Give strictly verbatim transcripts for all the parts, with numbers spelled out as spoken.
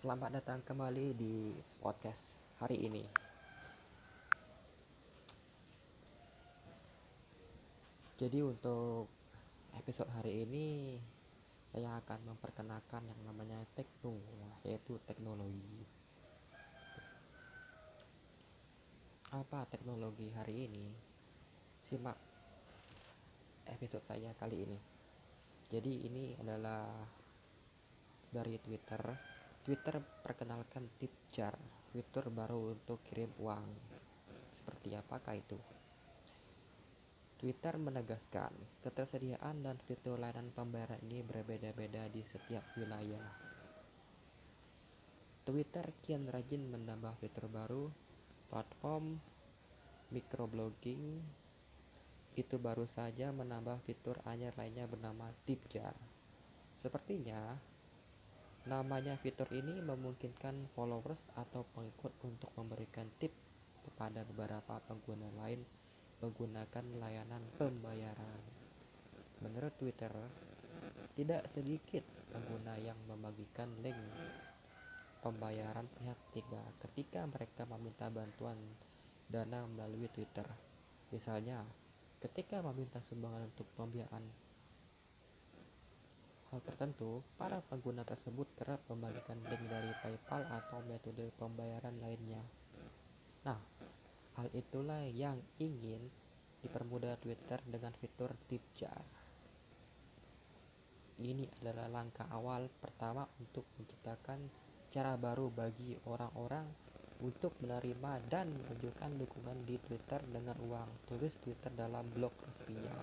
Selamat datang kembali di podcast hari ini. Jadi untuk episode hari ini saya akan memperkenalkan yang namanya tekno, yaitu teknologi. Apa teknologi hari ini? Simak episode saya kali ini. Jadi ini adalah dari Twitter. Twitter perkenalkan tip jar, fitur baru untuk kirim uang. Seperti apakah itu? Twitter menegaskan, ketersediaan dan fitur layanan pembayaran ini berbeda-beda di setiap wilayah. Twitter kian rajin menambah fitur baru, platform microblogging itu baru saja menambah fitur anyar lainnya bernama tip jar. Sepertinya, namanya fitur ini memungkinkan followers atau pengikut untuk memberikan tip kepada beberapa pengguna lain menggunakan layanan pembayaran. Menurut Twitter, tidak sedikit pengguna yang membagikan link pembayaran pihak ketiga ketika mereka meminta bantuan dana melalui Twitter. Misalnya, ketika meminta sumbangan untuk pembiayaan hal tertentu, para pengguna tersebut kerap membagikan link dari PayPal atau metode pembayaran lainnya. Nah, hal itulah yang ingin dipermudah Twitter dengan fitur tip jar. Ini adalah langkah awal pertama untuk menciptakan cara baru bagi orang-orang untuk menerima dan menunjukkan dukungan di Twitter dengan uang, tulis Twitter dalam blog resminya.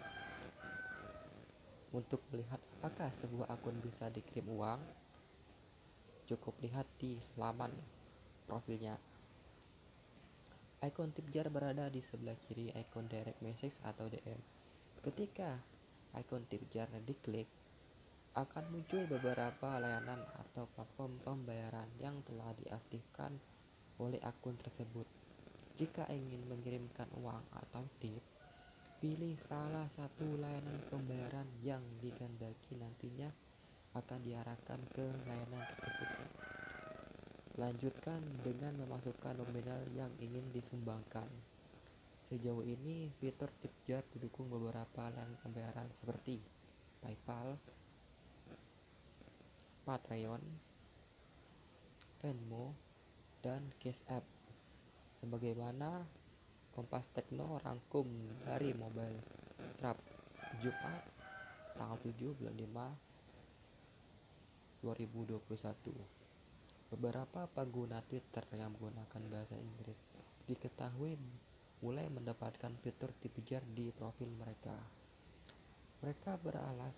Untuk melihat apakah sebuah akun bisa dikirim uang, cukup lihat di laman profilnya. Ikon tip jar berada di sebelah kiri ikon direct message atau D M. Ketika ikon tip jar diklik, akan muncul beberapa layanan atau platform pembayaran yang telah diaktifkan oleh akun tersebut. Jika ingin mengirimkan uang atau tip, pilih salah satu layanan pembayaran yang digandaki, nantinya akan diarahkan ke layanan tersebut. Lanjutkan dengan memasukkan nominal yang ingin disumbangkan. Sejauh ini, fitur tip jar didukung beberapa layanan pembayaran seperti PayPal, Patreon, Venmo, dan Cash App. Sebagaimana Kompas Tekno rangkum dari Mobile Srap Jumat tanggal tujuh bulan lima dua ribu dua puluh satu. Beberapa pengguna Twitter yang menggunakan bahasa Inggris diketahui mulai mendapatkan fitur tip jar di profil mereka. Mereka beralas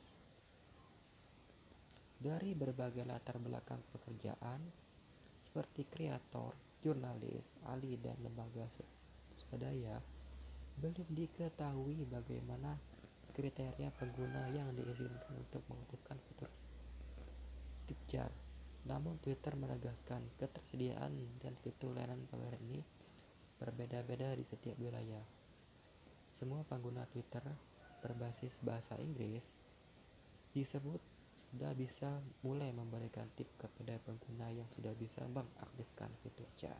dari berbagai latar belakang pekerjaan seperti kreator, jurnalis, ahli, dan lembaga swadaya. Belum diketahui bagaimana kriteria pengguna yang diizinkan untuk mengaktifkan fitur tip jar. Namun Twitter menegaskan ketersediaan dan fitur layanan pembayaran ini berbeda-beda di setiap wilayah. Semua pengguna Twitter berbasis bahasa Inggris disebut sudah bisa mulai memberikan tip kepada pengguna yang sudah bisa mengaktifkan fitur jar.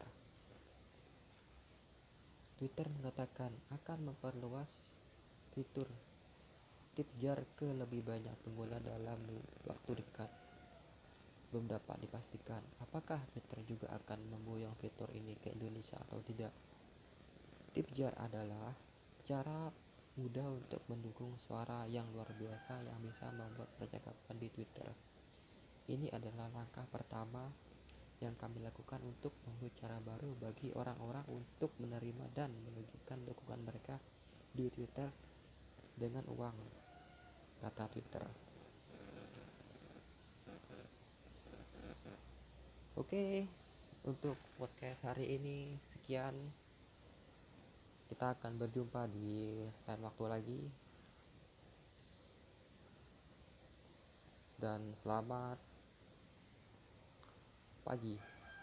Twitter mengatakan akan memperluas fitur tip jar ke lebih banyak pengguna dalam waktu dekat. Belum dapat dipastikan apakah Twitter juga akan memboyong fitur ini ke Indonesia atau tidak. Tip jar adalah cara mudah untuk mendukung suara yang luar biasa yang bisa membuat percakapan di Twitter. Ini adalah langkah pertama yang kami lakukan untuk membuat cara baru bagi orang-orang untuk menerima dan menunjukkan dukungan mereka di Twitter dengan uang, kata Twitter. Oke, untuk podcast hari ini sekian. Kita akan berjumpa di lain waktu lagi. Dan selamat pagi.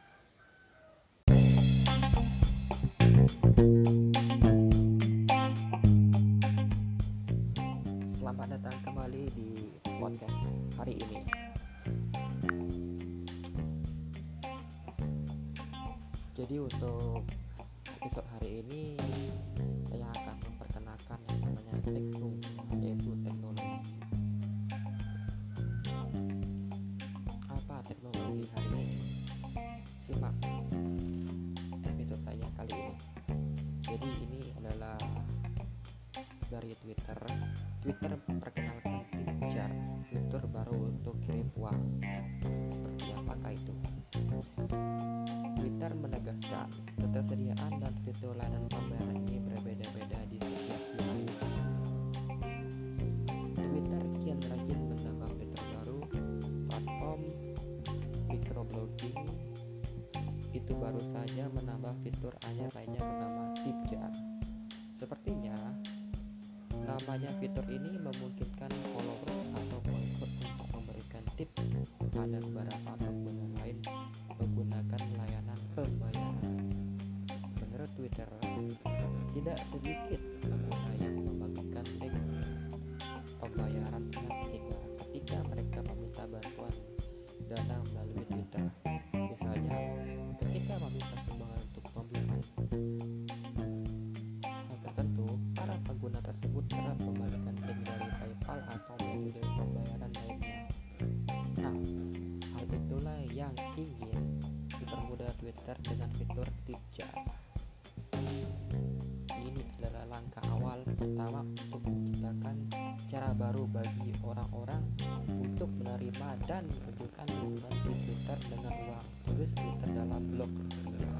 Selamat datang kembali di podcast hari ini. Jadi untuk episode hari ini saya akan memperkenalkan yang namanya tekno, yaitu teknologi. Apa teknologi hari ini? Simak episode saya kali ini. Jadi ini adalah dari Twitter. Twitter memperkenalkan Tip-Jar, fitur baru untuk kirim uang. Seperti apakah itu? Twitter menegaskan ketersediaan dan fitur layanan pembayaran ini berbeda-beda di setiap wilayah. Twitter kian rajin menambah fitur baru. Platform microblogging itu baru saja menambah fitur anyar lainnya bernama Tip-Jar. Sepertinya namanya fitur ini memungkinkan followers atau pengikut untuk memberikan tip pada beberapa pengguna lain menggunakan layanan pembayaran. Menurut Twitter, tidak sedikit pengguna yang membagikan link pembayaran sehingga ketika mereka meminta bantuan dana melalui Twitter, misalnya ketika meminta sumbangan untuk pembelian tertentu, para pengguna tersebut kerap membagikan link dari PayPal atau metode pembayaran lainnya. Nah, hal itulah yang ingin dipermudah Twitter dengan fitur Tip-Jar. Ini adalah langkah awal pertama untuk menciptakan cara baru bagi orang-orang untuk menerima dan mengumpulkan dukungan di Twitter dengan uang, tulis Twitter dalam blog resminya.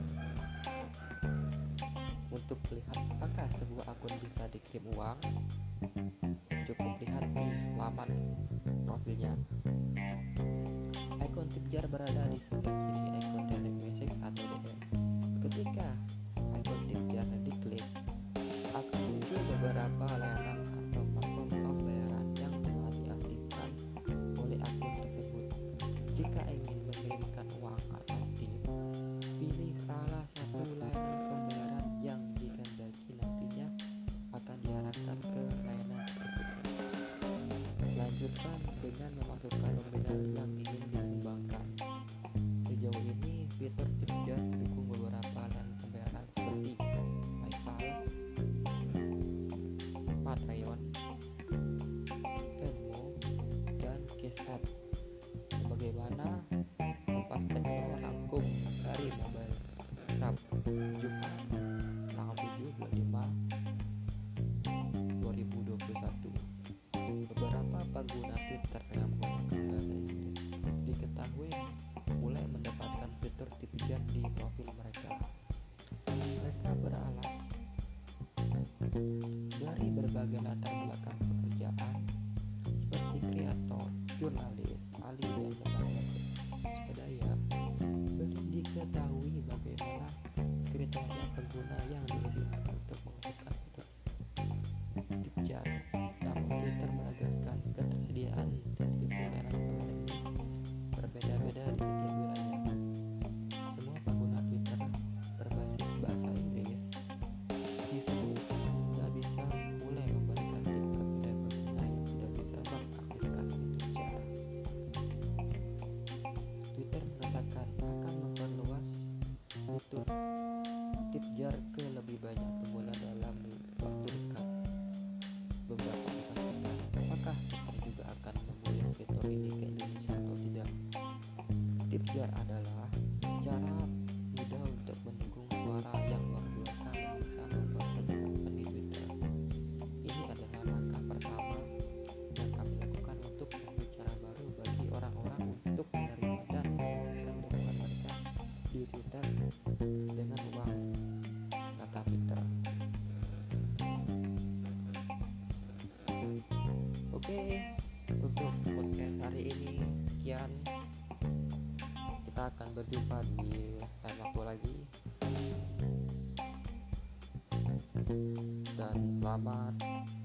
Untuk melihat apakah sebuah akun bisa dikirim uang, cukup lihat di laman profilnya. Ikon Tip-Jar berada di sebelah kiri ikon direct message atau D M. Ketika ikon Tip-Jar diklik, akan muncul beberapa layanan atau platform pembayaran yang telah diaktifkan oleh akun tersebut. Jika ingin mengirimkan uang atau tip, pilih salah satu layanan pembayaran yang dikehendaki, nantinya akan diarahkan ke layanan tersebut. Lanjutkan dengan memasukkan nominal yang ingin disumbangkan. Sejauh ini fitur Tip-Jar mendukung beberapa layanan pembayaran seperti PayPal, Patreon, Venmo, dan Cash App. Sebagaimana Kompas Tekno rangkum dari Mobile Shop Jumat tanggal tujuh bulan lima dua ribu dua puluh satu. Beberapa pengguna Twitter yang menggunakan bahasa Inggris diketahui mulai mendapatkan fitur Tip-Jar di profil mereka. Mereka beralas dari berbagai latar belakang pekerjaan seperti kreator, jurnalis, ahli dan lembaga swadaya. Belum diketahui bagaimana kriteria pengguna yang diizinkan untuk menggunakan fitur Tip-Jar. Namun Twitter menegaskan ketersediaan dan fitur layanan pembayaran ini berbeda-beda di setiap wilayah. Semua pengguna Twitter berbasis bahasa Inggris disebut sudah bisa mulai memberikan tip kepada pengguna yang sudah bisa mengaktifkan Tip-Jar. Twitter mengatakan akan memperluas fitur Tip-Jar ke lebih banyak pengguna dalam waktu dekat. Beberapa dipastikan apakah Twitter juga akan memulai fitur ini ke Indonesia atau tidak. Tip-Jar adalah cara mudah untuk mendukung suara yang luar biasa yang bisa membuat perdebatan di Twitter. Ini adalah langkah pertama yang kami lakukan untuk membuat cara baru bagi orang-orang untuk menerima dan memberikan dukungan mereka di Twitter dengan uang, kata Twitter. Oke, untuk podcast hari ini sekian. Kita akan berjumpa di lain waktu lagi. Dan selamat